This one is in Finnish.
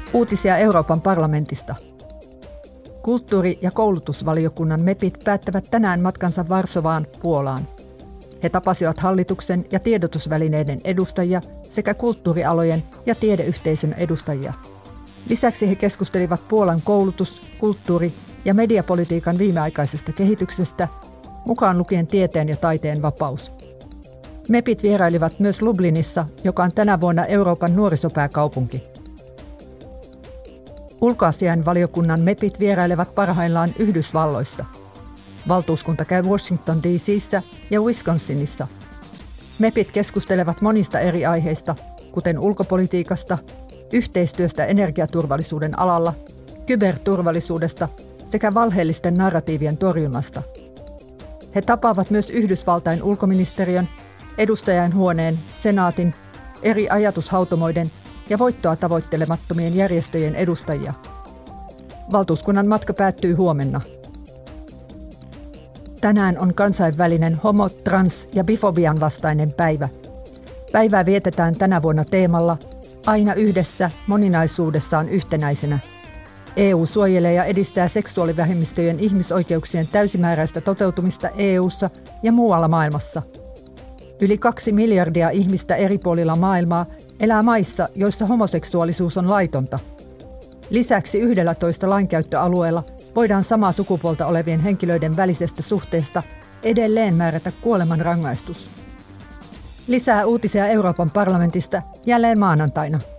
Uutisia Euroopan parlamentista. Kulttuuri- ja koulutusvaliokunnan MEPit päättävät tänään matkansa Varsovaan, Puolaan. He tapasivat hallituksen ja tiedotusvälineiden edustajia sekä kulttuurialojen ja tiedeyhteisön edustajia. Lisäksi he keskustelivat Puolan koulutus-, kulttuuri- ja mediapolitiikan viimeaikaisesta kehityksestä, mukaan lukien tieteen ja taiteen vapaus. MEPit vierailivat myös Lublinissa, joka on tänä vuonna Euroopan nuorisopääkaupunki. Ulkoasiainvaliokunnan MEPit vierailevat parhaillaan Yhdysvalloissa. Valtuuskunta käy Washington DC:ssä ja Wisconsinissa. MEPit keskustelevat monista eri aiheista, kuten ulkopolitiikasta, yhteistyöstä energiaturvallisuuden alalla, kyberturvallisuudesta sekä valheellisten narratiivien torjunnasta. He tapaavat myös Yhdysvaltain ulkoministeriön, edustajainhuoneen, senaatin, eri ajatushautomoiden ja voittoa tavoittelemattomien järjestöjen edustajia. Valtuuskunnan matka päättyy huomenna. Tänään on kansainvälinen homo-, trans- ja bifobian vastainen päivä. Päivää vietetään tänä vuonna teemalla Aina yhdessä, moninaisuudessaan yhtenäisenä. EU suojelee ja edistää seksuaalivähemmistöjen ihmisoikeuksien täysimääräistä toteutumista EU:ssa ja muualla maailmassa. Yli 2 miljardia ihmistä eri puolilla maailmaa elää maissa, joissa homoseksuaalisuus on laitonta. Lisäksi 11 lainkäyttöalueella voidaan samaa sukupuolta olevien henkilöiden välisestä suhteesta edelleen määrätä kuolemanrangaistus. Lisää uutisia Euroopan parlamentista jälleen maanantaina.